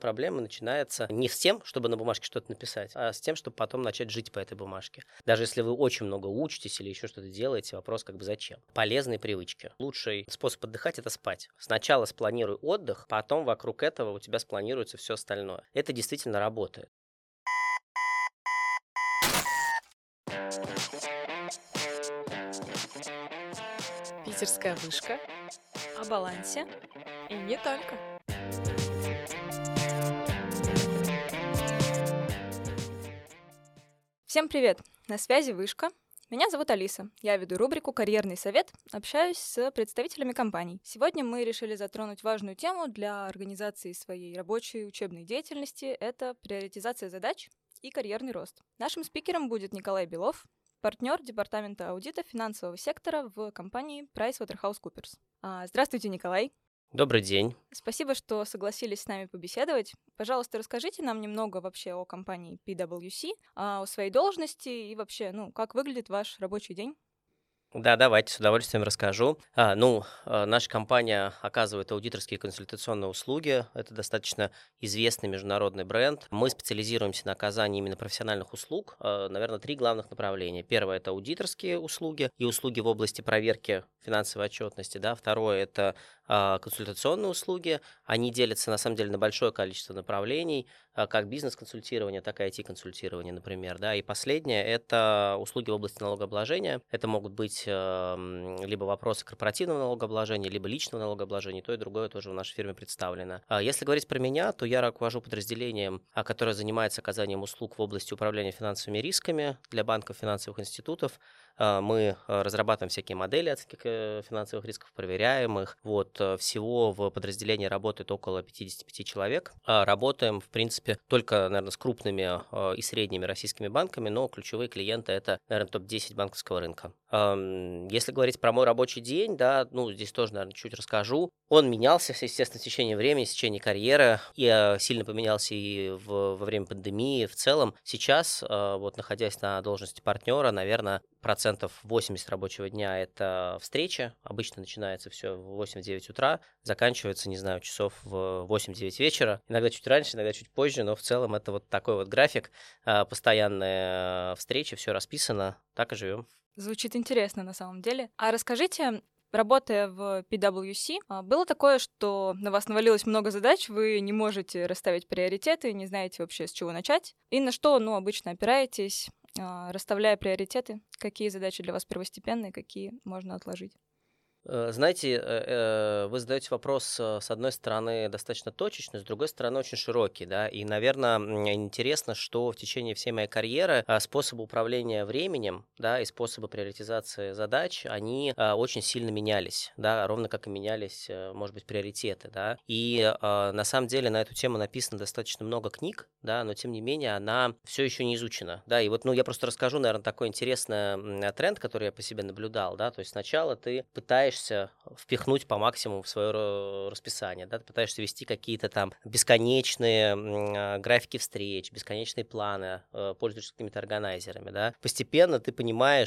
Проблема начинается не с тем, чтобы на бумажке что-то написать, а с тем, чтобы потом начать жить по этой бумажке. Даже если вы очень много учитесь или еще что-то делаете, вопрос как бы зачем. Полезные привычки. Лучший способ отдыхать – это спать. Сначала спланируй отдых, потом вокруг этого у тебя спланируется все остальное. Это действительно работает. Питерская вышка. О балансе. И не только. Всем привет! На связи Вышка. Меня зовут Алиса. Я веду рубрику «Карьерный совет», общаюсь с представителями компаний. Сегодня мы решили затронуть важную тему для организации своей рабочей учебной деятельности. Это приоритизация задач и карьерный рост. Нашим спикером будет Николай Белов, партнер департамента аудита финансового сектора в компании PricewaterhouseCoopers. Здравствуйте, Николай. Добрый день. Спасибо, что согласились с нами побеседовать. Пожалуйста, расскажите нам немного вообще о компании PwC, о своей должности и вообще, как выглядит ваш рабочий день. Да, давайте, с удовольствием расскажу. Наша компания оказывает аудиторские и консультационные услуги. Это достаточно известный международный бренд. Мы специализируемся на оказании именно профессиональных услуг. Наверное, 3 главных направления. Первое – это аудиторские услуги и услуги в области проверки финансовой отчетности. Да. Второе – это консультационные услуги. Они делятся, на самом деле, на большое количество направлений, как бизнес-консультирование, так и IT-консультирование, например. Да. И последнее – это услуги в области налогообложения. Это могут быть либо вопросы корпоративного налогообложения, либо личного налогообложения. То и другое тоже в нашей фирме представлено. Если говорить про меня, то я руковожу подразделением, которое занимается оказанием услуг в области управления финансовыми рисками для банков, финансовых институтов. Мы разрабатываем всякие модели оценки финансовых рисков, проверяем их. Всего в подразделении работает около 55 человек. Работаем, в принципе, только, наверное, с крупными и средними российскими банками, но ключевые клиенты – это, наверное, топ-10 банковского рынка. Если говорить про мой рабочий день, да, здесь тоже, наверное, чуть расскажу. Он менялся, естественно, в течение времени, в течение карьеры. И сильно поменялся и во время пандемии в целом. Сейчас, находясь на должности партнера, наверное, 80% рабочего дня – это встречи. Обычно начинается все в 8-9 утра, заканчивается, не знаю, часов в 8-9 вечера. Иногда чуть раньше, иногда чуть позже, но в целом это вот такой вот график. Постоянные встречи, все расписано, так и живем. Звучит интересно на самом деле. А расскажите, работая в PwC, было такое, что на вас навалилось много задач, вы не можете расставить приоритеты, не знаете вообще, с чего начать? И на что, обычно опираетесь, расставляя приоритеты? Какие задачи для вас первостепенные, какие можно отложить? Знаете, вы задаете вопрос, с одной стороны, достаточно точечный, с другой стороны, очень широкий, да, и, наверное, интересно, что в течение всей моей карьеры способы управления временем, да, и способы приоритизации задач, они очень сильно менялись, да, ровно как и менялись, может быть, приоритеты, да, и на самом деле на эту тему написано достаточно много книг, да, но, тем не менее, она все еще не изучена, да, и я просто расскажу, наверное, такой интересный тренд, который я по себе наблюдал, да, то есть сначала ты пытаешься впихнуть по максимуму в свое расписание, да, ты пытаешься вести какие-то там бесконечные графики встреч, бесконечные планы, пользуешься какими-то органайзерами, да. Постепенно ты понимаешь,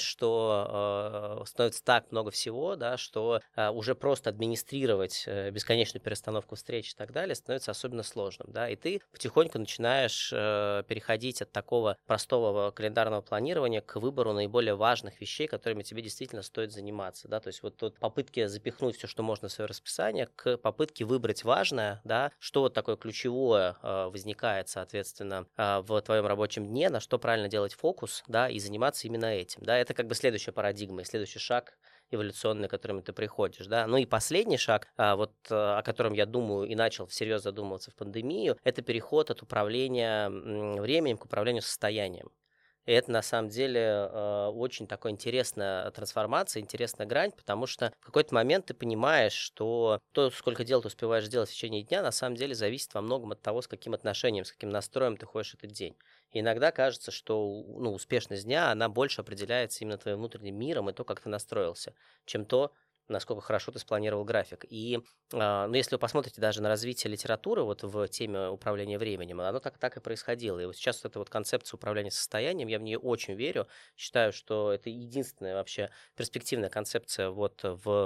что становится так много всего, да, что уже просто администрировать бесконечную перестановку встреч и так далее становится особенно сложным, да, и ты потихоньку начинаешь переходить от такого простого календарного планирования к выбору наиболее важных вещей, которыми тебе действительно стоит заниматься, да, то есть тут попытки запихнуть все, что можно в свое расписание, к попытке выбрать важное, да, что вот такое ключевое возникает, соответственно, в твоем рабочем дне, на что правильно делать фокус, да, и заниматься именно этим, да, это как бы следующая парадигма и следующий шаг эволюционный, к которому ты приходишь, да. Ну и последний шаг, о котором я думаю и начал всерьез задумываться в пандемию, это переход от управления временем к управлению состоянием. И это, на самом деле, очень такая интересная трансформация, интересная грань, потому что в какой-то момент ты понимаешь, что то, сколько дел ты успеваешь сделать в течение дня, на самом деле зависит во многом от того, с каким отношением, с каким настроем ты ходишь этот день. И иногда кажется, что успешность дня, она больше определяется именно твоим внутренним миром и то, как ты настроился, чем то, насколько хорошо ты спланировал график. И если вы посмотрите даже на развитие литературы в теме управления временем, оно так и происходило. И вот сейчас вот эта вот концепция управления состоянием, я в нее очень верю. Считаю, что это единственная вообще перспективная концепция в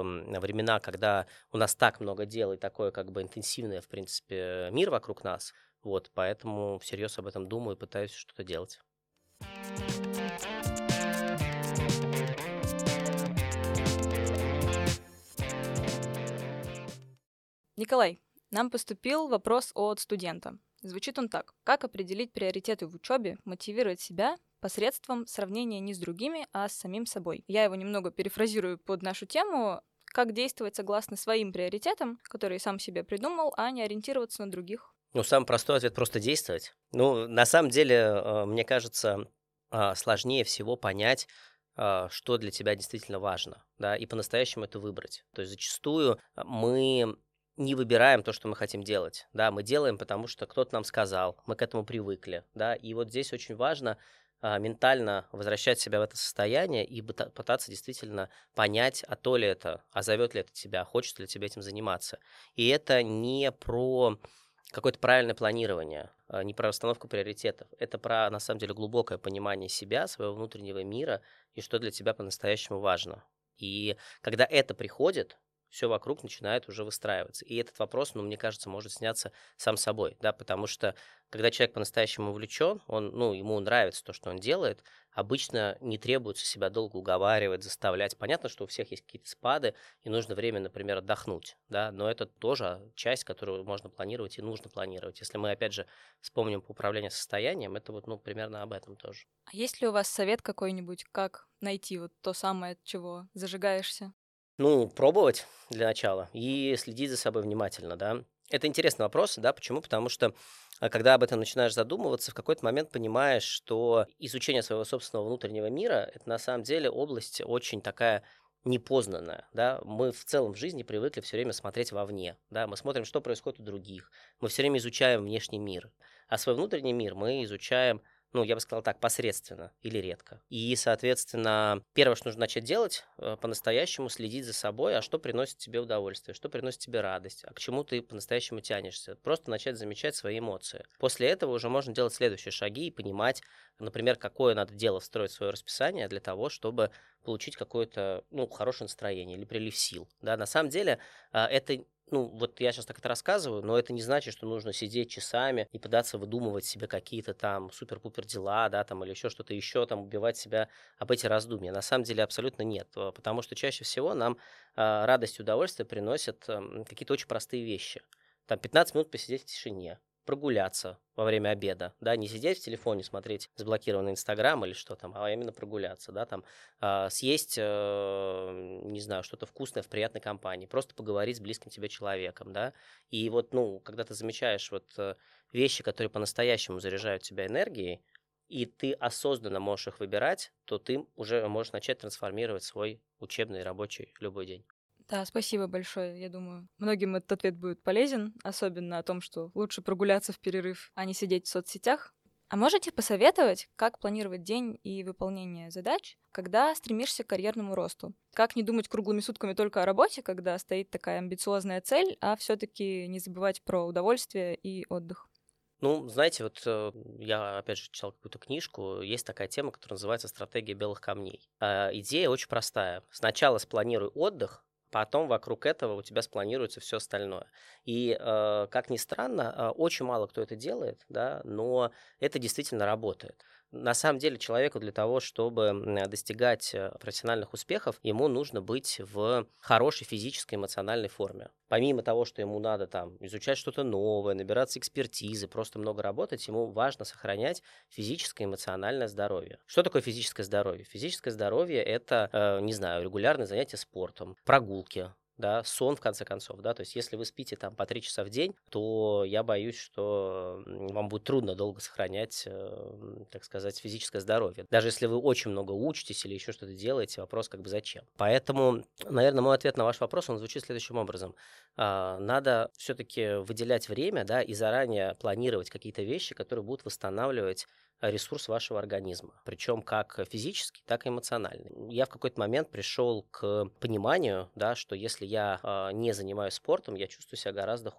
времена, когда у нас так много дел и такое как бы интенсивное, в принципе, мир вокруг нас. Вот, поэтому всерьез об этом думаю и пытаюсь что-то делать. Николай, нам поступил вопрос от студента. Звучит он так. Как определить приоритеты в учебе, мотивировать себя посредством сравнения не с другими, а с самим собой? Я его немного перефразирую под нашу тему. Как действовать согласно своим приоритетам, которые сам себе придумал, а не ориентироваться на других? Ну, самый простой ответ — просто действовать. Ну, на самом деле, мне кажется, сложнее всего понять, что для тебя действительно важно, да, и по-настоящему это выбрать. То есть зачастую мы не выбираем то, что мы хотим делать, да, мы делаем, потому что кто-то нам сказал, мы к этому привыкли, да, и вот здесь очень важно ментально возвращать себя в это состояние и пытаться действительно понять, а то ли это, а зовет ли это тебя, хочется ли тебе этим заниматься. И это не про какое-то правильное планирование, не про расстановку приоритетов. Это про, на самом деле, глубокое понимание себя, своего внутреннего мира и что для тебя по-настоящему важно. И когда это приходит, все вокруг начинает уже выстраиваться. И этот вопрос, ну, мне кажется, может сняться сам собой, да, потому что когда человек по-настоящему увлечен, он, ну, ему нравится то, что он делает, обычно не требуется себя долго уговаривать, заставлять. Понятно, что у всех есть какие-то спады, и нужно время, например, отдохнуть, да, но это тоже часть, которую можно планировать и нужно планировать. Если мы, опять же, вспомним по управлению состоянием, это вот, ну, примерно об этом тоже. А есть ли у вас совет какой-нибудь, как найти вот то самое, от чего зажигаешься? Ну, пробовать для начала и следить за собой внимательно, да. Это интересный вопрос, да, почему? Потому что, когда об этом начинаешь задумываться, в какой-то момент понимаешь, что изучение своего собственного внутреннего мира — это на самом деле область очень такая непознанная, да. Мы в целом в жизни привыкли все время смотреть вовне, да, мы смотрим, что происходит у других, мы все время изучаем внешний мир, а свой внутренний мир мы изучаем, ну, я бы сказал так, посредственно или редко. И, соответственно, первое, что нужно начать делать, по-настоящему следить за собой, а что приносит тебе удовольствие, что приносит тебе радость, а к чему ты по-настоящему тянешься. Просто начать замечать свои эмоции. После этого уже можно делать следующие шаги и понимать, например, какое надо дело встроить в свое расписание для того, чтобы получить какое-то, ну, хорошее настроение или прилив сил. Да, на самом деле, это, ну, вот я сейчас так это рассказываю, но это не значит, что нужно сидеть часами и пытаться выдумывать себе какие-то там супер-пупер дела, да, там, или еще, там, убивать себя об эти раздумья. На самом деле абсолютно нет, потому что чаще всего нам радость и удовольствие приносят какие-то очень простые вещи. Там 15 минут посидеть в тишине, прогуляться во время обеда, да, не сидеть в телефоне, смотреть заблокированный Инстаграм или что там, а именно прогуляться, да, там, съесть, не знаю, что-то вкусное в приятной компании, просто поговорить с близким тебе человеком, да, и вот, ну, когда ты замечаешь вот вещи, которые по-настоящему заряжают тебя энергией, и ты осознанно можешь их выбирать, то ты уже можешь начать трансформировать свой учебный рабочий любой день. Да, спасибо большое. Я думаю, многим этот ответ будет полезен, особенно о том, что лучше прогуляться в перерыв, а не сидеть в соцсетях. А можете посоветовать, как планировать день и выполнение задач, когда стремишься к карьерному росту? Как не думать круглыми сутками только о работе, когда стоит такая амбициозная цель, а все-таки не забывать про удовольствие и отдых? Ну, знаете, вот я, опять же, читал какую-то книжку, есть такая тема, которая называется «Стратегия белых камней». Идея очень простая. Сначала спланируй отдых, потом вокруг этого у тебя спланируется все остальное. И, как ни странно, очень мало кто это делает, да, но это действительно работает. На самом деле человеку для того, чтобы достигать профессиональных успехов, ему нужно быть в хорошей физической и эмоциональной форме. Помимо того, что ему надо там изучать что-то новое, набираться экспертизы, просто много работать, ему важно сохранять физическое и эмоциональное здоровье. Что такое физическое здоровье? Физическое здоровье — это, не знаю, регулярные занятия спортом, прогулки, да, сон, в конце концов, да, то есть если вы спите там по 3 часа в день, то я боюсь, что вам будет трудно долго сохранять, так сказать, физическое здоровье. Даже если вы очень много учитесь или еще что-то делаете, вопрос как бы зачем. Поэтому, наверное, мой ответ на ваш вопрос, он звучит следующим образом. Надо все-таки выделять время, да, и заранее планировать какие-то вещи, которые будут восстанавливать ресурс вашего организма, причем как физический, так и эмоциональный. Я в какой-то момент пришел к пониманию, да, что если я не занимаюсь спортом, я чувствую себя гораздо хуже.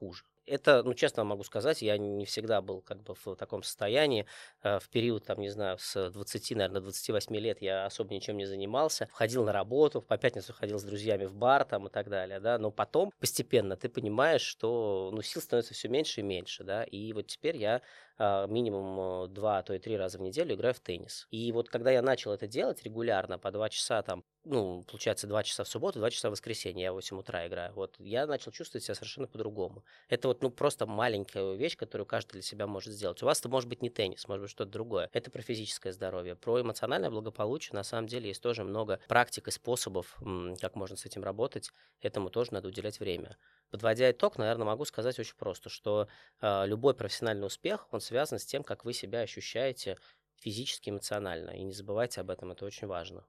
Это, ну, честно могу сказать, я не всегда был как бы в таком состоянии. В период, там, не знаю, с 20, наверное, 28 лет я особо ничем не занимался. Ходил на работу, по пятницу ходил с друзьями в бар там и так далее, да. Но потом постепенно ты понимаешь, что, ну, сил становится все меньше и меньше, да. И вот теперь я минимум 2, а то и 3 раза в неделю играю в теннис. И вот когда я начал это делать регулярно, по 2 часа там, ну, получается, 2 часа в субботу, 2 часа в воскресенье, я в 8 утра играю, вот, я начал чувствовать себя совершенно по-другому. Это вот, ну, просто маленькая вещь, которую каждый для себя может сделать. У вас это может быть не теннис, может быть что-то другое. Это про физическое здоровье. Про эмоциональное благополучие, на самом деле, есть тоже много практик и способов, как можно с этим работать. Этому тоже надо уделять время. Подводя итог, наверное, могу сказать очень просто, что любой профессиональный успех, он связан с тем, как вы себя ощущаете физически, эмоционально. И не забывайте об этом, это очень важно.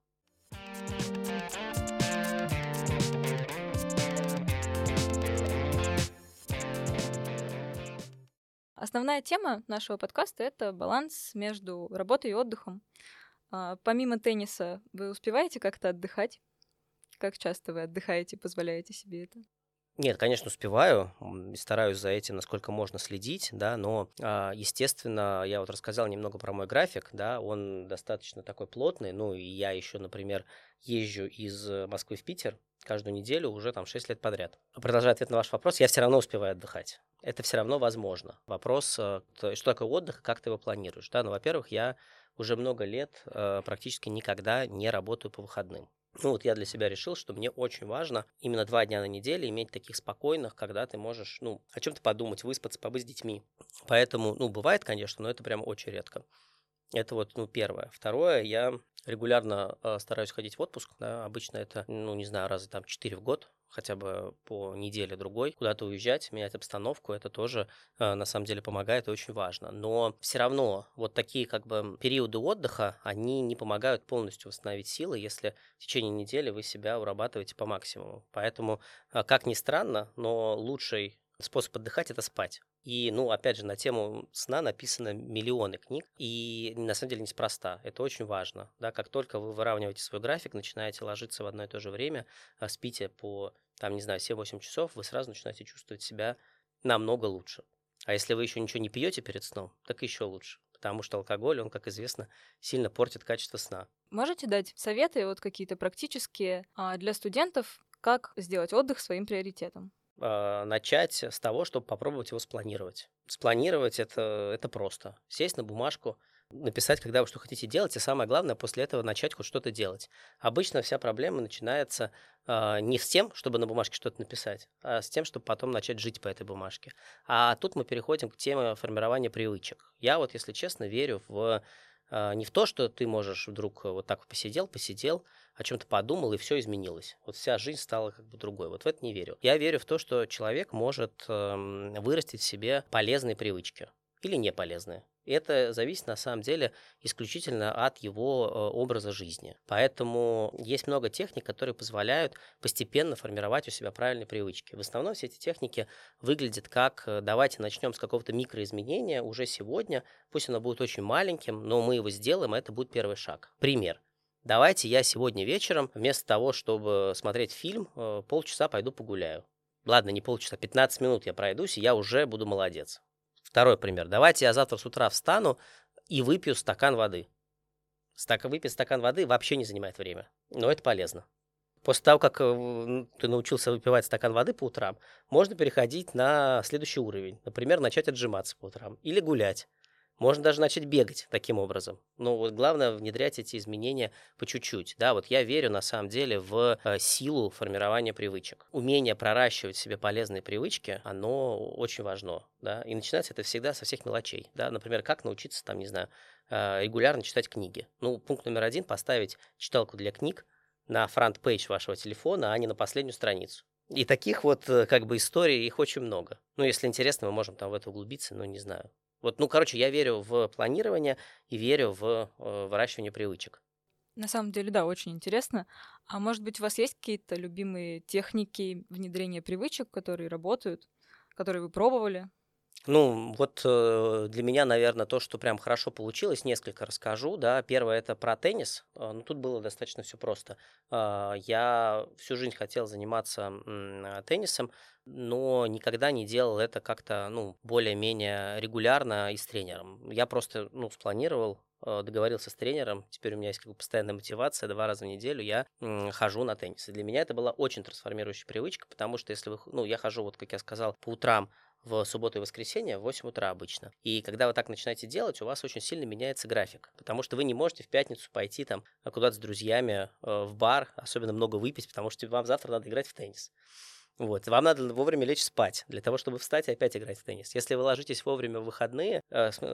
Основная тема нашего подкаста — это баланс между работой и отдыхом. Помимо тенниса, вы успеваете как-то отдыхать? Как часто вы отдыхаете, позволяете себе это? Нет, конечно, успеваю, стараюсь за этим, насколько можно следить, да, но, естественно, я вот рассказал немного про мой график, да, он достаточно такой плотный, ну, и я еще, например, езжу из Москвы в Питер каждую неделю уже там 6 лет подряд. Продолжая ответ на ваш вопрос, я все равно успеваю отдыхать. Это все равно возможно. Вопрос, что такое отдых, как ты его планируешь, да, ну, во-первых, я уже много лет практически никогда не работаю по выходным. Ну вот я для себя решил, что мне очень важно именно 2 дня на неделе иметь таких спокойных, когда ты можешь, ну, о чем-то подумать, выспаться, побыть с детьми. Поэтому, ну, бывает, конечно, но это прям очень редко. Это вот, ну, первое. Второе, я регулярно стараюсь ходить в отпуск, да, обычно это, ну, не знаю, раза там 4 в год, хотя бы по неделе-другой, куда-то уезжать, менять обстановку, это тоже на самом деле помогает и очень важно. Но все равно вот такие как бы периоды отдыха, они не помогают полностью восстановить силы, если в течение недели вы себя урабатываете по максимуму. Поэтому, как ни странно, но лучший способ отдыхать — это спать. И, ну, опять же, на тему сна написано миллионы книг, и на самом деле неспроста. Это очень важно. Да? Как только вы выравниваете свой график, начинаете ложиться в одно и то же время, спите по, там, не знаю, 7-8 часов, вы сразу начинаете чувствовать себя намного лучше. А если вы еще ничего не пьете перед сном, так еще лучше. Потому что алкоголь, он, как известно, сильно портит качество сна. Можете дать советы вот какие-то практические для студентов, как сделать отдых своим приоритетом? Начать с того, чтобы попробовать его спланировать. Спланировать это просто. Сесть на бумажку, написать, когда вы что хотите делать, и самое главное, после этого начать хоть что-то делать. Обычно вся проблема начинается не с тем, чтобы на бумажке что-то написать, а с тем, чтобы потом начать жить по этой бумажке. А тут мы переходим к теме формирования привычек. Я вот, если честно, верю не в то, что ты можешь вдруг вот так посидел, о чем-то подумал, и все изменилось. Вот вся жизнь стала как бы другой. Вот в это не верю. Я верю в то, что человек может вырастить в себе полезные привычки или не полезные. И это зависит на самом деле исключительно от его образа жизни. Поэтому есть много техник, которые позволяют постепенно формировать у себя правильные привычки. В основном все эти техники выглядят как давайте начнем с какого-то микроизменения уже сегодня, пусть оно будет очень маленьким, но мы его сделаем, и это будет первый шаг. Пример. Давайте я сегодня вечером вместо того, чтобы смотреть фильм, полчаса пойду погуляю. Ладно, не полчаса, 15 минут я пройдусь, и я уже буду молодец. Второй пример. Давайте я завтра с утра встану и выпью стакан воды. Выпить стакан воды вообще не занимает время, но это полезно. После того, как ты научился выпивать стакан воды по утрам, можно переходить на следующий уровень. Например, начать отжиматься по утрам или гулять. Можно даже начать бегать таким образом. Но вот главное внедрять эти изменения по чуть-чуть. Да, вот я верю на самом деле в силу формирования привычек. Умение проращивать в себе полезные привычки, оно очень важно. Да? И начинается это всегда со всех мелочей. Да? Например, как научиться, там, не знаю, регулярно читать книги. Ну, пункт номер 1 — поставить читалку для книг на фронт-пейдж вашего телефона, а не на последнюю страницу. И таких вот как бы историй, их очень много. Ну, если интересно, мы можем там в это углубиться, но не знаю. Вот, ну, короче, я верю в планирование и верю в выращивание привычек. На самом деле, да, очень интересно. А может быть, у вас есть какие-то любимые техники внедрения привычек, которые работают, которые вы пробовали? Ну, вот для меня, наверное, то, что прям хорошо получилось, несколько расскажу, да. Первое это про теннис. Ну, тут было достаточно все просто. Я всю жизнь хотел заниматься теннисом, но никогда не делал это как-то, ну, более-менее регулярно и с тренером. Я просто, ну, спланировал, договорился с тренером, теперь у меня есть как бы постоянная мотивация, 2 раза в неделю я хожу на теннис. И для меня это была очень трансформирующая привычка, потому что если вы, ну, я хожу, вот как я сказал, по утрам в субботу и воскресенье в 8 утра обычно. И когда вы так начинаете делать, у вас очень сильно меняется график, потому что вы не можете в пятницу пойти там куда-то с друзьями в бар, особенно много выпить, потому что вам завтра надо играть в теннис. Вот, вам надо вовремя лечь спать, для того, чтобы встать и опять играть в теннис. Если вы ложитесь вовремя в выходные,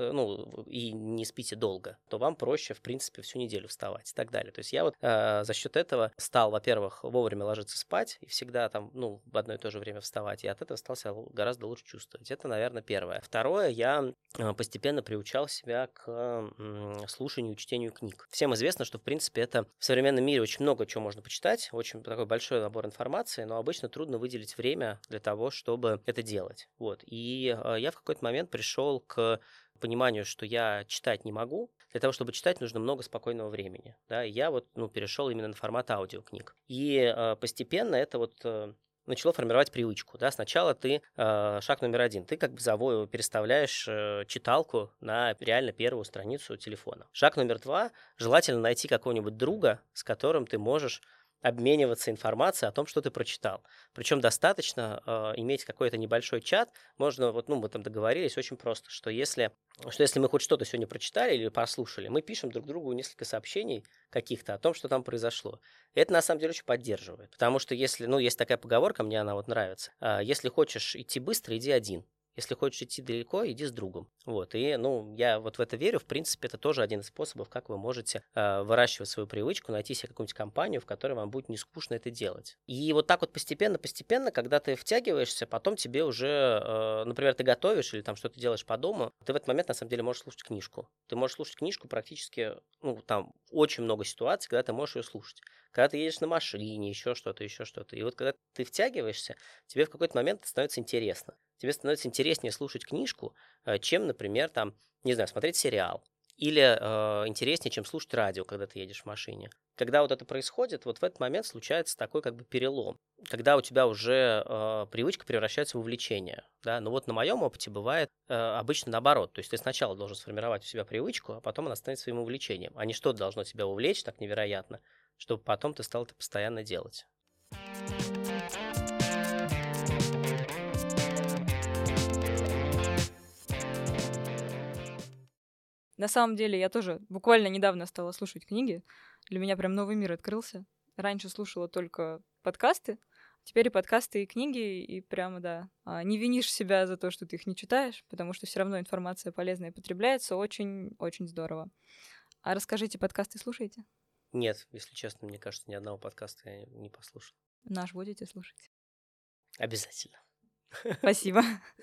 ну, и не спите долго, то вам проще, в принципе, всю неделю вставать и так далее. То есть я вот за счет этого стал, во-первых, вовремя ложиться спать и всегда там, ну, в одно и то же время вставать, и от этого стал себя гораздо лучше чувствовать. Это, наверное, первое. Второе, я постепенно приучал себя к слушанию и чтению книг. Всем известно, что, в принципе, это в современном мире очень много чего можно почитать, очень такой большой набор информации, но обычно трудно выделить время для того, чтобы это делать. Вот. И я в какой-то момент пришел к пониманию, что я читать не могу. Для того, чтобы читать, нужно много спокойного времени. Да? И я вот, ну, перешел именно на формат аудиокниг. И постепенно это вот начало формировать привычку. Да? Сначала ты, шаг номер один, ты как бы переставляешь читалку на реально первую страницу телефона. Шаг номер два, желательно найти какого-нибудь друга, с которым ты можешь обмениваться информацией о том, что ты прочитал. Причем достаточно иметь какой-то небольшой чат. Можно, вот, ну, мы там договорились очень просто, что если мы хоть что-то сегодня прочитали или послушали, мы пишем друг другу несколько сообщений каких-то о том, что там произошло. И это на самом деле очень поддерживает. Потому что если, ну, есть такая поговорка, мне она вот нравится. Если хочешь идти быстро, иди один. Если хочешь идти далеко, иди с другом. Вот. И, ну, я вот в это верю. В принципе, это тоже один из способов, как вы можете выращивать свою привычку, найти себе какую-нибудь компанию, в которой вам будет не скучно это делать. И вот так вот постепенно, когда ты втягиваешься, потом тебе уже, например, ты готовишь или там что-то делаешь по дому, ты в этот момент, на самом деле, можешь слушать книжку. Ты можешь слушать книжку практически, ну, там очень много ситуаций, когда ты можешь ее слушать. Когда ты едешь на машине, еще что-то, еще что-то. И вот когда ты втягиваешься, тебе в какой-то момент становится интересно. Тебе становится интереснее слушать книжку, чем, например, там, не знаю, смотреть сериал. Или интереснее, чем слушать радио, когда ты едешь в машине. Когда вот это происходит, вот в этот момент случается такой как бы перелом. Когда у тебя уже привычка превращается в увлечение. Да? Но вот на моем опыте бывает обычно наоборот. То есть ты сначала должен сформировать у себя привычку, а потом она станет своим увлечением. А не что-то должно тебя увлечь так невероятно, чтобы потом ты стал это постоянно делать. На самом деле, я тоже буквально недавно стала слушать книги. Для меня прям новый мир открылся. Раньше слушала только подкасты, теперь и подкасты, и книги, и прямо, да, не винишь себя за то, что ты их не читаешь, потому что все равно информация полезная потребляется. Очень-очень здорово. А расскажите, подкасты слушаете? Нет, если честно, мне кажется, ни одного подкаста я не послушал. Наш будете слушать? Обязательно. Спасибо.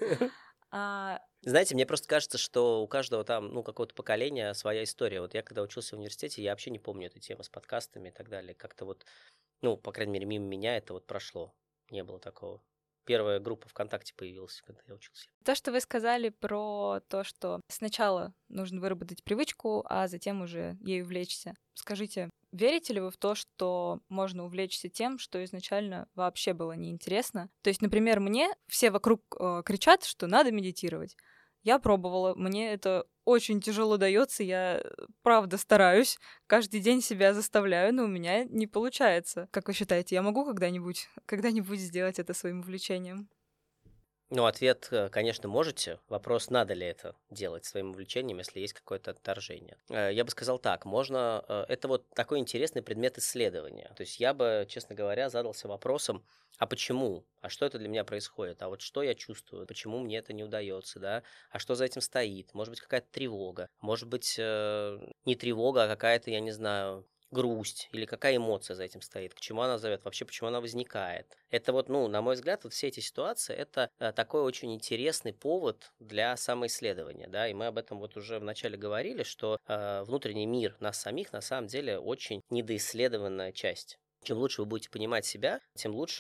А, Знаете, мне просто кажется, что у каждого там, ну, какого-то поколения своя история. Вот я когда учился в университете, я вообще не помню эту тему с подкастами и так далее. Как-то вот, ну, по крайней мере, мимо меня это вот прошло. Не было такого. Первая группа ВКонтакте появилась, когда я учился. То, что вы сказали про то, что сначала нужно выработать привычку, а затем уже ею увлечься. Скажите, верите ли вы в то, что можно увлечься тем, что изначально вообще было неинтересно? То есть, например, мне все вокруг кричат, что надо медитировать. Я пробовала, мне это очень тяжело дается, я правда стараюсь, каждый день себя заставляю, но у меня не получается. Как вы считаете, я могу когда-нибудь сделать это своим увлечением? Ну, ответ, конечно, можете. Вопрос, надо ли это делать своим увлечением, если есть какое-то отторжение. Я бы сказал так, можно... Это вот такой интересный предмет исследования. То есть я бы, честно говоря, задался вопросом, а почему? А что это для меня происходит? А вот что я чувствую? Почему мне это не удается, да? А что за этим стоит? Может быть, какая-то тревога? Может быть, не тревога, а какая-то, я не знаю, грусть или какая эмоция за этим стоит, к чему она зовет, вообще почему она возникает. Это вот, ну, на мой взгляд, вот все эти ситуации, это такой очень интересный повод для самоисследования, да, и мы об этом вот уже вначале говорили, что внутренний мир нас самих на самом деле очень недоисследованная часть. Чем лучше вы будете понимать себя, тем лучше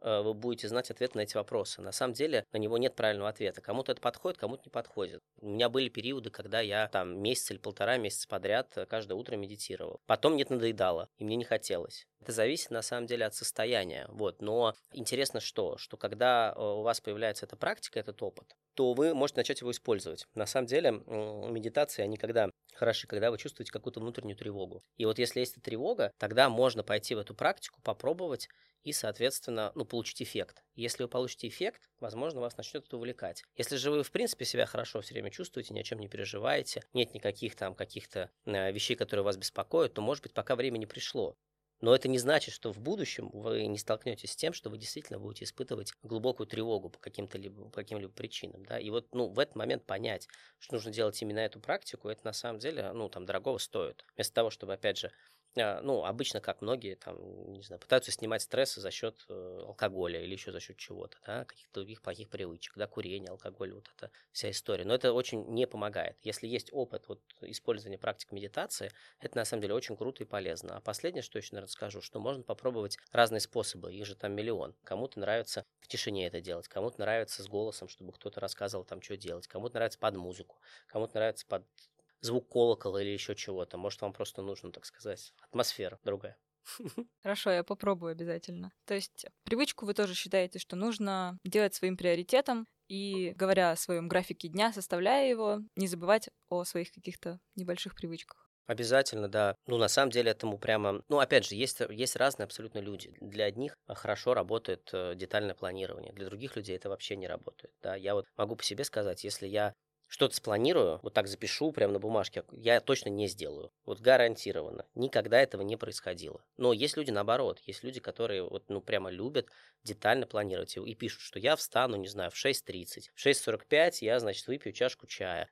вы будете знать ответ на эти вопросы. На самом деле на него нет правильного ответа. Кому-то это подходит, кому-то не подходит. У меня были периоды, когда я там месяц или полтора месяца подряд каждое утро медитировал. Потом мне надоедало, и мне не хотелось. Это зависит на самом деле от состояния. Вот. Но интересно что когда у вас появляется эта практика, этот опыт, то вы можете начать его использовать. На самом деле медитации, они когда хороши, когда вы чувствуете какую-то внутреннюю тревогу. И вот если есть эта тревога, тогда можно пойти в эту практику, попробовать и, соответственно, получить эффект. Если вы получите эффект, возможно, вас начнет это увлекать. Если же вы, в принципе, себя хорошо все время чувствуете, ни о чем не переживаете, нет никаких там каких-то вещей, которые вас беспокоят, то, может быть, пока время не пришло. Но это не значит, что в будущем вы не столкнетесь с тем, что вы действительно будете испытывать глубокую тревогу по каким-либо причинам. Да? И вот в этот момент понять, что нужно делать именно эту практику, это на самом деле там дорогого стоит. Вместо того, чтобы, опять же, обычно, как многие там, не знаю, пытаются снимать стрессы за счет алкоголя или еще за счет чего-то, да, каких-то других плохих привычек, да, курение, алкоголь, вот эта вся история. Но это очень не помогает. Если есть опыт использования практик медитации, это на самом деле очень круто и полезно. А последнее, что еще, наверное, скажу, что можно попробовать разные способы, их же там миллион. Кому-то нравится в тишине это делать, кому-то нравится с голосом, чтобы кто-то рассказывал там, что делать, кому-то нравится под музыку, кому-то нравится под звук колокола или еще чего-то. Может, вам просто нужно, так сказать, атмосфера другая. Хорошо, я попробую обязательно. То есть привычку вы тоже считаете, что нужно делать своим приоритетом и, говоря о своем графике дня, составляя его, не забывать о своих каких-то небольших привычках. Обязательно, да. На самом деле этому прямо... опять же, есть разные абсолютно люди. Для одних хорошо работает детальное планирование, для других людей это вообще не работает. Да? Я вот могу по себе сказать, если я что-то спланирую, вот так запишу прямо на бумажке, я точно не сделаю. Вот гарантированно. Никогда этого не происходило. Но есть люди наоборот. Есть люди, которые прямо любят детально планировать и пишут, что я встану, не знаю, в 6:30. В 6:45 я, значит, выпью чашку чая.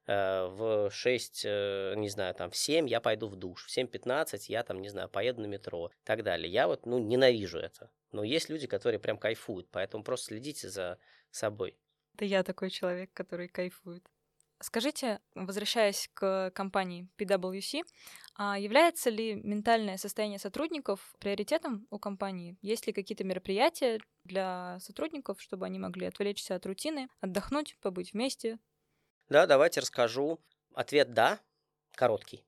В 6, не знаю, там, в 7 я пойду в душ. В 7:15 я, там, не знаю, поеду на метро и так далее. Я ненавижу это. Но есть люди, которые прям кайфуют. Поэтому просто следите за собой. Это я такой человек, который кайфует. Скажите, возвращаясь к компании PwC, является ли ментальное состояние сотрудников приоритетом у компании? Есть ли какие-то мероприятия для сотрудников, чтобы они могли отвлечься от рутины, отдохнуть, побыть вместе? Да, давайте расскажу. Ответ «да», короткий.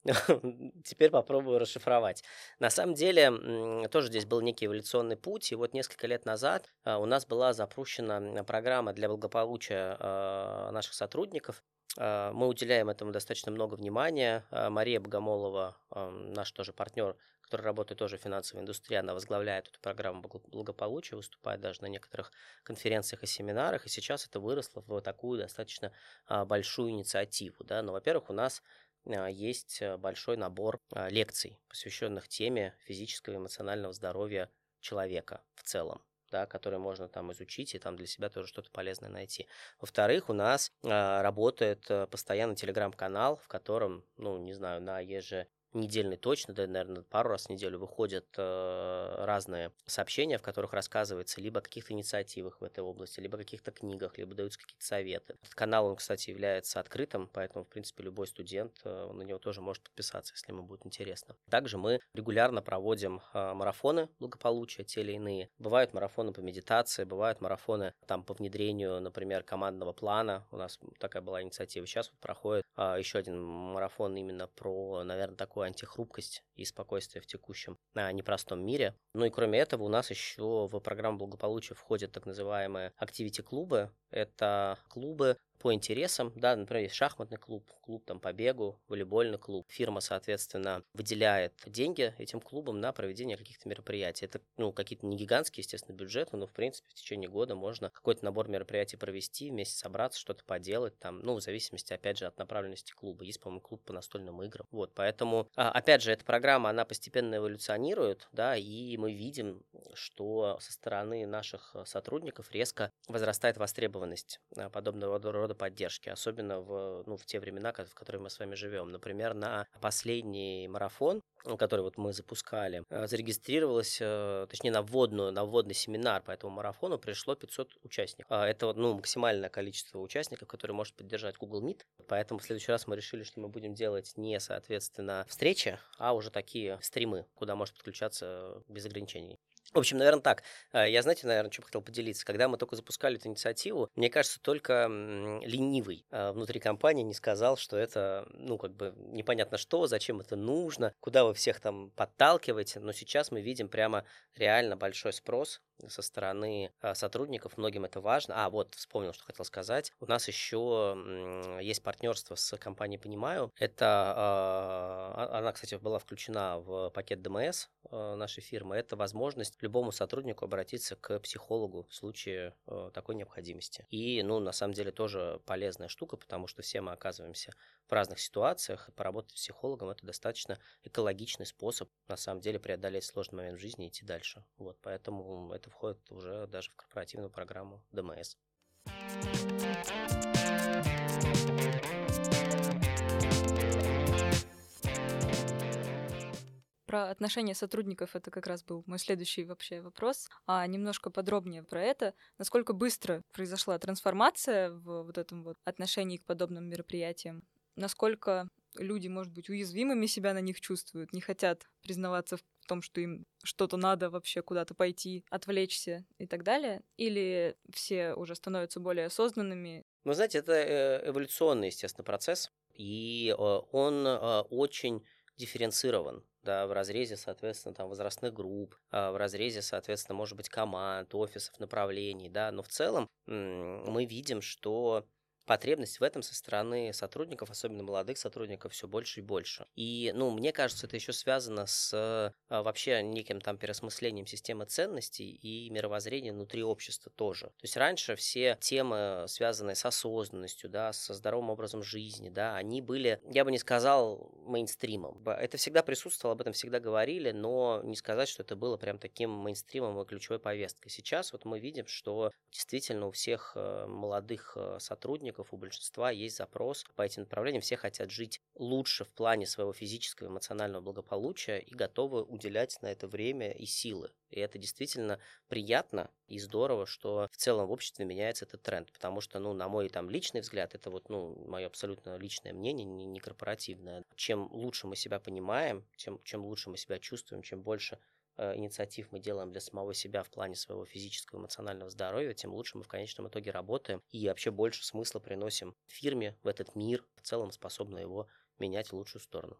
Теперь попробую расшифровать. На самом деле, тоже здесь был некий эволюционный путь, и вот несколько лет назад у нас была запущена программа для благополучия наших сотрудников. Мы уделяем этому достаточно много внимания. Мария Богомолова, наш тоже партнер, который работает тоже в финансовой индустрии, она возглавляет эту программу благополучия, выступает даже на некоторых конференциях и семинарах, и сейчас это выросло в такую достаточно большую инициативу. Да? Но, во-первых, у нас есть большой набор лекций, посвященных теме физического и эмоционального здоровья человека в целом, да, которые можно там изучить и там для себя тоже что-то полезное найти. Во-вторых, у нас работает постоянно телеграм-канал, в котором, не знаю, на еженедельный точно, да, наверное, пару раз в неделю выходят разные сообщения, в которых рассказывается либо о каких-то инициативах в этой области, либо о каких-то книгах, либо даются какие-то советы. Этот канал, он, кстати, является открытым, поэтому, в принципе, любой студент на него тоже может подписаться, если ему будет интересно. Также мы регулярно проводим марафоны благополучия, те или иные. Бывают марафоны по медитации, бывают марафоны там по внедрению, например, командного плана. У нас такая была инициатива. Сейчас вот проходит еще один марафон именно про, наверное, такую антихрупкость и спокойствие в текущем непростом мире. Ну и кроме этого у нас еще в программу благополучия входят так называемые активити-клубы. Это клубы по интересам, да, например, есть шахматный клуб, клуб там по бегу, волейбольный клуб. Фирма, соответственно, выделяет деньги этим клубам на проведение каких-то мероприятий. Это, какие-то не гигантские, естественно, бюджеты, но, в принципе, в течение года можно какой-то набор мероприятий провести, вместе собраться, что-то поделать, там, в зависимости, опять же, от направленности клуба. Есть, по-моему, клуб по настольным играм. Вот, поэтому, опять же, эта программа, она постепенно эволюционирует, да, и мы видим, что со стороны наших сотрудников резко возрастает востребованность подобного рода поддержки, особенно в те времена, в которые мы с вами живем. Например, на последний марафон, который вот мы запускали, зарегистрировалось, точнее, на вводный семинар по этому марафону пришло 500 участников. Это максимальное количество участников, которые может поддержать Google Meet. Поэтому в следующий раз мы решили, что мы будем делать не, соответственно, встречи, а уже такие стримы, куда может подключаться без ограничений. В общем, наверное, так. Я, знаете, наверное, что бы хотел поделиться. Когда мы только запускали эту инициативу, мне кажется, только ленивый внутри компании не сказал, что это, ну, как бы непонятно что, зачем это нужно, куда вы всех там подталкиваете. Но сейчас мы видим прямо реально большой спрос со стороны сотрудников. Многим это важно. Вот, вспомнил, что хотел сказать. У нас еще есть партнерство с компанией «Понимаю». Она, кстати, была включена в пакет ДМС нашей фирмы. Это возможность любому сотруднику обратиться к психологу в случае такой необходимости. И, ну, на самом деле тоже полезная штука, потому что все мы оказываемся в разных ситуациях, и поработать с психологом – это достаточно экологичный способ, на самом деле, преодолеть сложный момент в жизни и идти дальше. Вот, поэтому это входит уже даже в корпоративную программу ДМС. Про отношения сотрудников это как раз был мой следующий вообще вопрос. Немножко подробнее про это. Насколько быстро произошла трансформация в вот этом вот отношении к подобным мероприятиям? Насколько люди, может быть, уязвимыми себя на них чувствуют, не хотят признаваться в том, что им что-то надо вообще куда-то пойти, отвлечься и так далее? Или все уже становятся более осознанными? Ну, знаете, это эволюционный, естественно, процесс, и он очень дифференцирован, да, в разрезе, соответственно, там, возрастных групп, в разрезе, соответственно, может быть, команд, офисов, направлений, да, но в целом мы видим, что потребность в этом со стороны сотрудников, особенно молодых сотрудников, все больше и больше. И, ну, мне кажется, это еще связано с вообще неким там переосмыслением системы ценностей и мировоззрения внутри общества тоже. То есть раньше все темы, связанные с осознанностью, да, со здоровым образом жизни, да, они были, я бы не сказал, мейнстримом. Это всегда присутствовало, об этом всегда говорили, но не сказать, что это было прям таким мейнстримом и ключевой повесткой. Сейчас вот мы видим, что действительно у всех молодых сотрудников, у большинства есть запрос по этим направлениям. Все хотят жить лучше в плане своего физического и эмоционального благополучия и готовы уделять на это время и силы. И это действительно приятно и здорово, что в целом в обществе меняется этот тренд. Потому что, ну, на мой там личный взгляд, это вот, ну, мое абсолютно личное мнение, не корпоративное. Чем лучше мы себя понимаем, чем лучше мы себя чувствуем, чем больше инициатив мы делаем для самого себя в плане своего физического и эмоционального здоровья, тем лучше мы в конечном итоге работаем и вообще больше смысла приносим фирме, в этот мир, в целом способны его менять в лучшую сторону.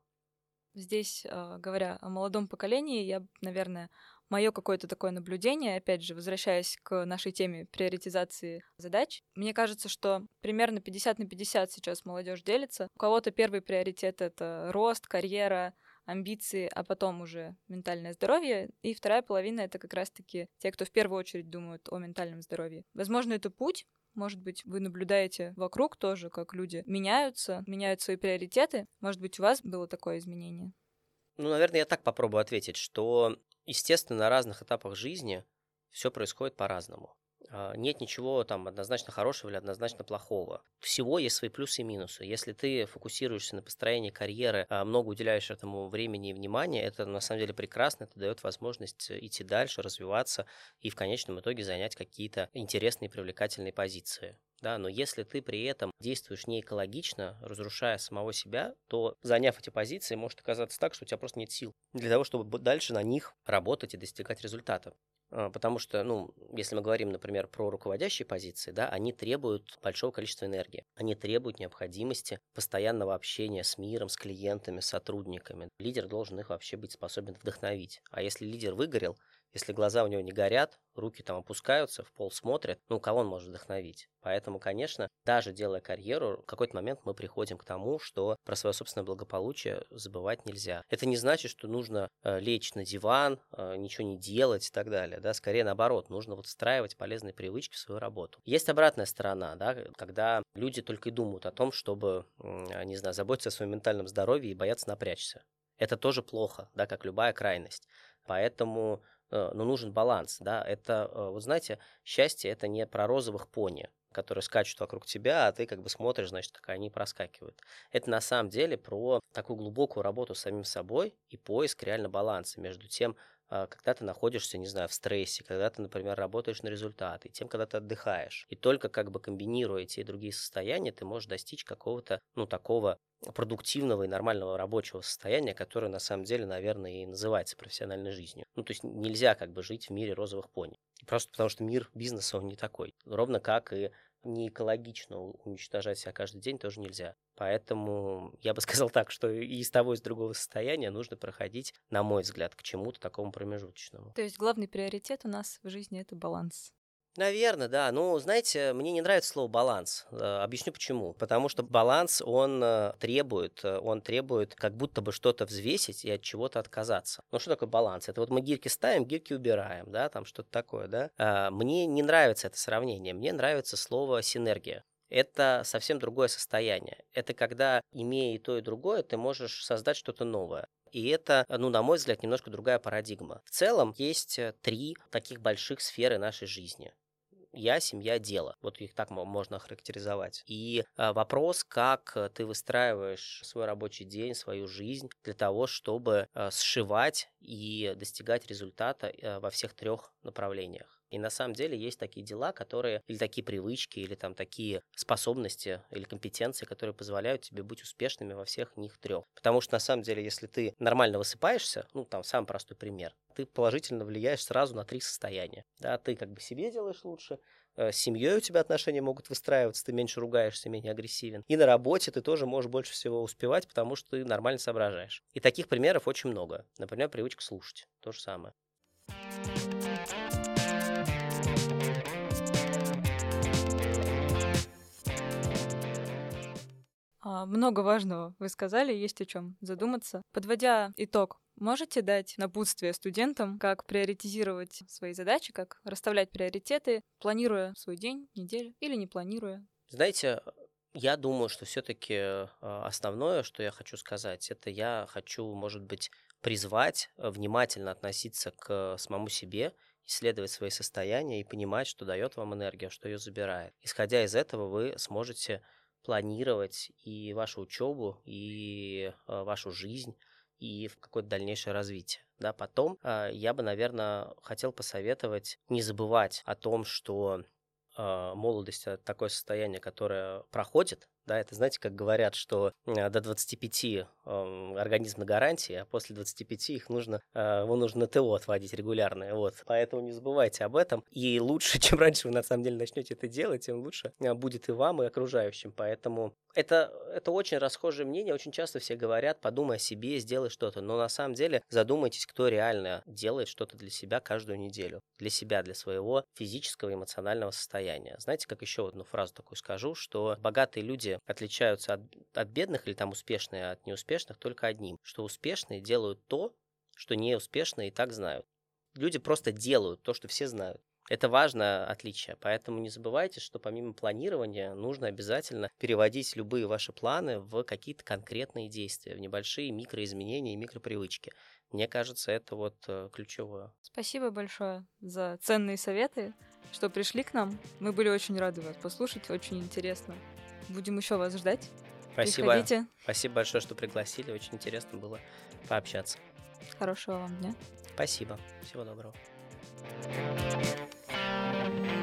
Здесь, говоря о молодом поколении, наверное, мое какое-то такое наблюдение, опять же, возвращаясь к нашей теме приоритизации задач, мне кажется, что примерно 50 на 50 сейчас молодежь делится. У кого-то первый приоритет — это рост, карьера, амбиции, а потом уже ментальное здоровье. И вторая половина — это как раз-таки те, кто в первую очередь думают о ментальном здоровье. Возможно, это путь. Может быть, вы наблюдаете вокруг тоже, как люди меняют свои приоритеты. Может быть, у вас было такое изменение? Ну, наверное, я так попробую ответить, что, естественно, на разных этапах жизни все происходит по-разному. Нет ничего там однозначно хорошего или однозначно плохого. Всего есть свои плюсы и минусы. Если ты фокусируешься на построении карьеры, много уделяешь этому времени и внимания, это на самом деле прекрасно, это дает возможность идти дальше, развиваться и в конечном итоге занять какие-то интересные и привлекательные позиции. Да, но если ты при этом действуешь не экологично, разрушая самого себя, то, заняв эти позиции, может оказаться так, что у тебя просто нет сил для того, чтобы дальше на них работать и достигать результата. Потому что, ну, если мы говорим, например, про руководящие позиции, да, они требуют большого количества энергии. Они требуют необходимости постоянного общения с миром, с клиентами, с сотрудниками. Лидер должен их вообще быть способен вдохновить. А если лидер выгорел, если глаза у него не горят, руки там опускаются, в пол смотрят, ну, кого он может вдохновить? Поэтому, конечно, даже делая карьеру, в какой-то момент мы приходим к тому, что про свое собственное благополучие забывать нельзя. Это не значит, что нужно лечь на диван, ничего не делать и так далее. Да? Скорее наоборот, нужно вот встраивать полезные привычки в свою работу. Есть обратная сторона, да, когда люди только и думают о том, чтобы, не знаю, заботиться о своем ментальном здоровье и бояться напрячься. Это тоже плохо, да, как любая крайность. Поэтому нужен баланс, да, это, вот знаете, счастье это не про розовых пони, которые скачут вокруг тебя, а ты как бы смотришь, значит, как они проскакивают. Это на самом деле про такую глубокую работу с самим собой и поиск реально баланса между тем, когда ты находишься, не знаю, в стрессе, когда ты, например, работаешь на результат, и тем, когда ты отдыхаешь. И только как бы комбинируя те и другие состояния, ты можешь достичь какого-то, такого продуктивного и нормального рабочего состояния, которое на самом деле, наверное, и называется профессиональной жизнью. То есть нельзя как бы жить в мире розовых пони. Просто потому что мир бизнеса, он не такой. Ровно как и не экологично уничтожать себя каждый день тоже нельзя. Поэтому я бы сказал так, что и из того, и из другого состояния нужно проходить, на мой взгляд, к чему-то такому промежуточному. То есть главный приоритет у нас в жизни — это баланс. Наверное, да. Знаете, мне не нравится слово «баланс». Объясню почему. Потому что баланс, он требует как будто бы что-то взвесить и от чего-то отказаться. Что такое баланс? Это вот мы гирьки ставим, гирьки убираем, да, там что-то такое, да. Мне не нравится это сравнение. Мне нравится слово «синергия». Это совсем другое состояние. Это когда, имея и то, и другое, ты можешь создать что-то новое. И это, на мой взгляд, немножко другая парадигма. В целом есть 3 таких больших сферы нашей жизни. Я, семья, дело. Вот их так можно охарактеризовать. И вопрос, как ты выстраиваешь свой рабочий день, свою жизнь для того, чтобы сшивать и достигать результата во всех 3 направлениях. И на самом деле есть такие дела, которые, или такие привычки, или там такие способности, или компетенции, которые позволяют тебе быть успешными во всех них 3. Потому что на самом деле, если ты нормально высыпаешься, там самый простой пример, ты положительно влияешь сразу на 3 состояния. Да, ты как бы себе делаешь лучше, с семьей у тебя отношения могут выстраиваться, ты меньше ругаешься, менее агрессивен. И на работе ты тоже можешь больше всего успевать, потому что ты нормально соображаешь. И таких примеров очень много. Например, привычка слушать. То же самое. Много важного вы сказали, есть о чем задуматься. Подводя итог, можете дать напутствие студентам, как приоритизировать свои задачи, как расставлять приоритеты, планируя свой день, неделю или не планируя? Знаете, я думаю, что все-таки основное, что я хочу сказать, это я хочу, может быть, призвать внимательно относиться к самому себе, исследовать свои состояния и понимать, что дает вам энергия, что ее забирает. Исходя из этого, вы сможете планировать и вашу учебу, и вашу жизнь, и в какое-то дальнейшее развитие. Да, потом я бы, наверное, хотел посоветовать не забывать о том, что молодость — это такое состояние, которое проходит. Да, это, знаете, как говорят, что до 25 организм на гарантии, а после 25 его нужно на ТО отводить регулярное. Вот. Поэтому не забывайте об этом. И лучше, чем раньше вы на самом деле начнете это делать, тем лучше будет и вам, и окружающим. Поэтому это очень расхожее мнение. Очень часто все говорят: подумай о себе, сделай что-то. Но на самом деле задумайтесь, кто реально делает что-то для себя каждую неделю. Для себя, для своего физического и эмоционального состояния. Знаете, как еще одну фразу такую скажу, что богатые люди отличаются от бедных или там успешные от неуспешных только одним, что успешные делают то, что неуспешные и так знают. Люди просто делают то, что все знают. Это важное отличие, поэтому не забывайте, что помимо планирования нужно обязательно переводить любые ваши планы в какие-то конкретные действия, в небольшие микроизменения и микропривычки. Мне кажется, это вот ключевое. Спасибо большое за ценные советы, что пришли к нам. Мы были очень рады вас послушать, очень интересно. Будем еще вас ждать. Спасибо. Приходите. Спасибо большое, что пригласили. Очень интересно было пообщаться. Хорошего вам дня. Спасибо. Всего доброго.